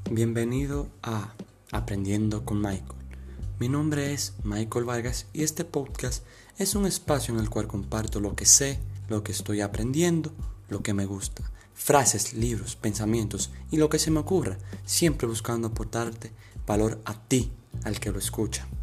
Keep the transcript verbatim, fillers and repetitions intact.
Bienvenido a Aprendiendo con Michael. Mi nombre es Michael Vargas y este podcast es un espacio en el cual comparto lo que sé, lo que estoy aprendiendo, lo que me gusta, frases, libros, pensamientos y lo que se me ocurra, siempre buscando aportarte valor a ti, al que lo escucha.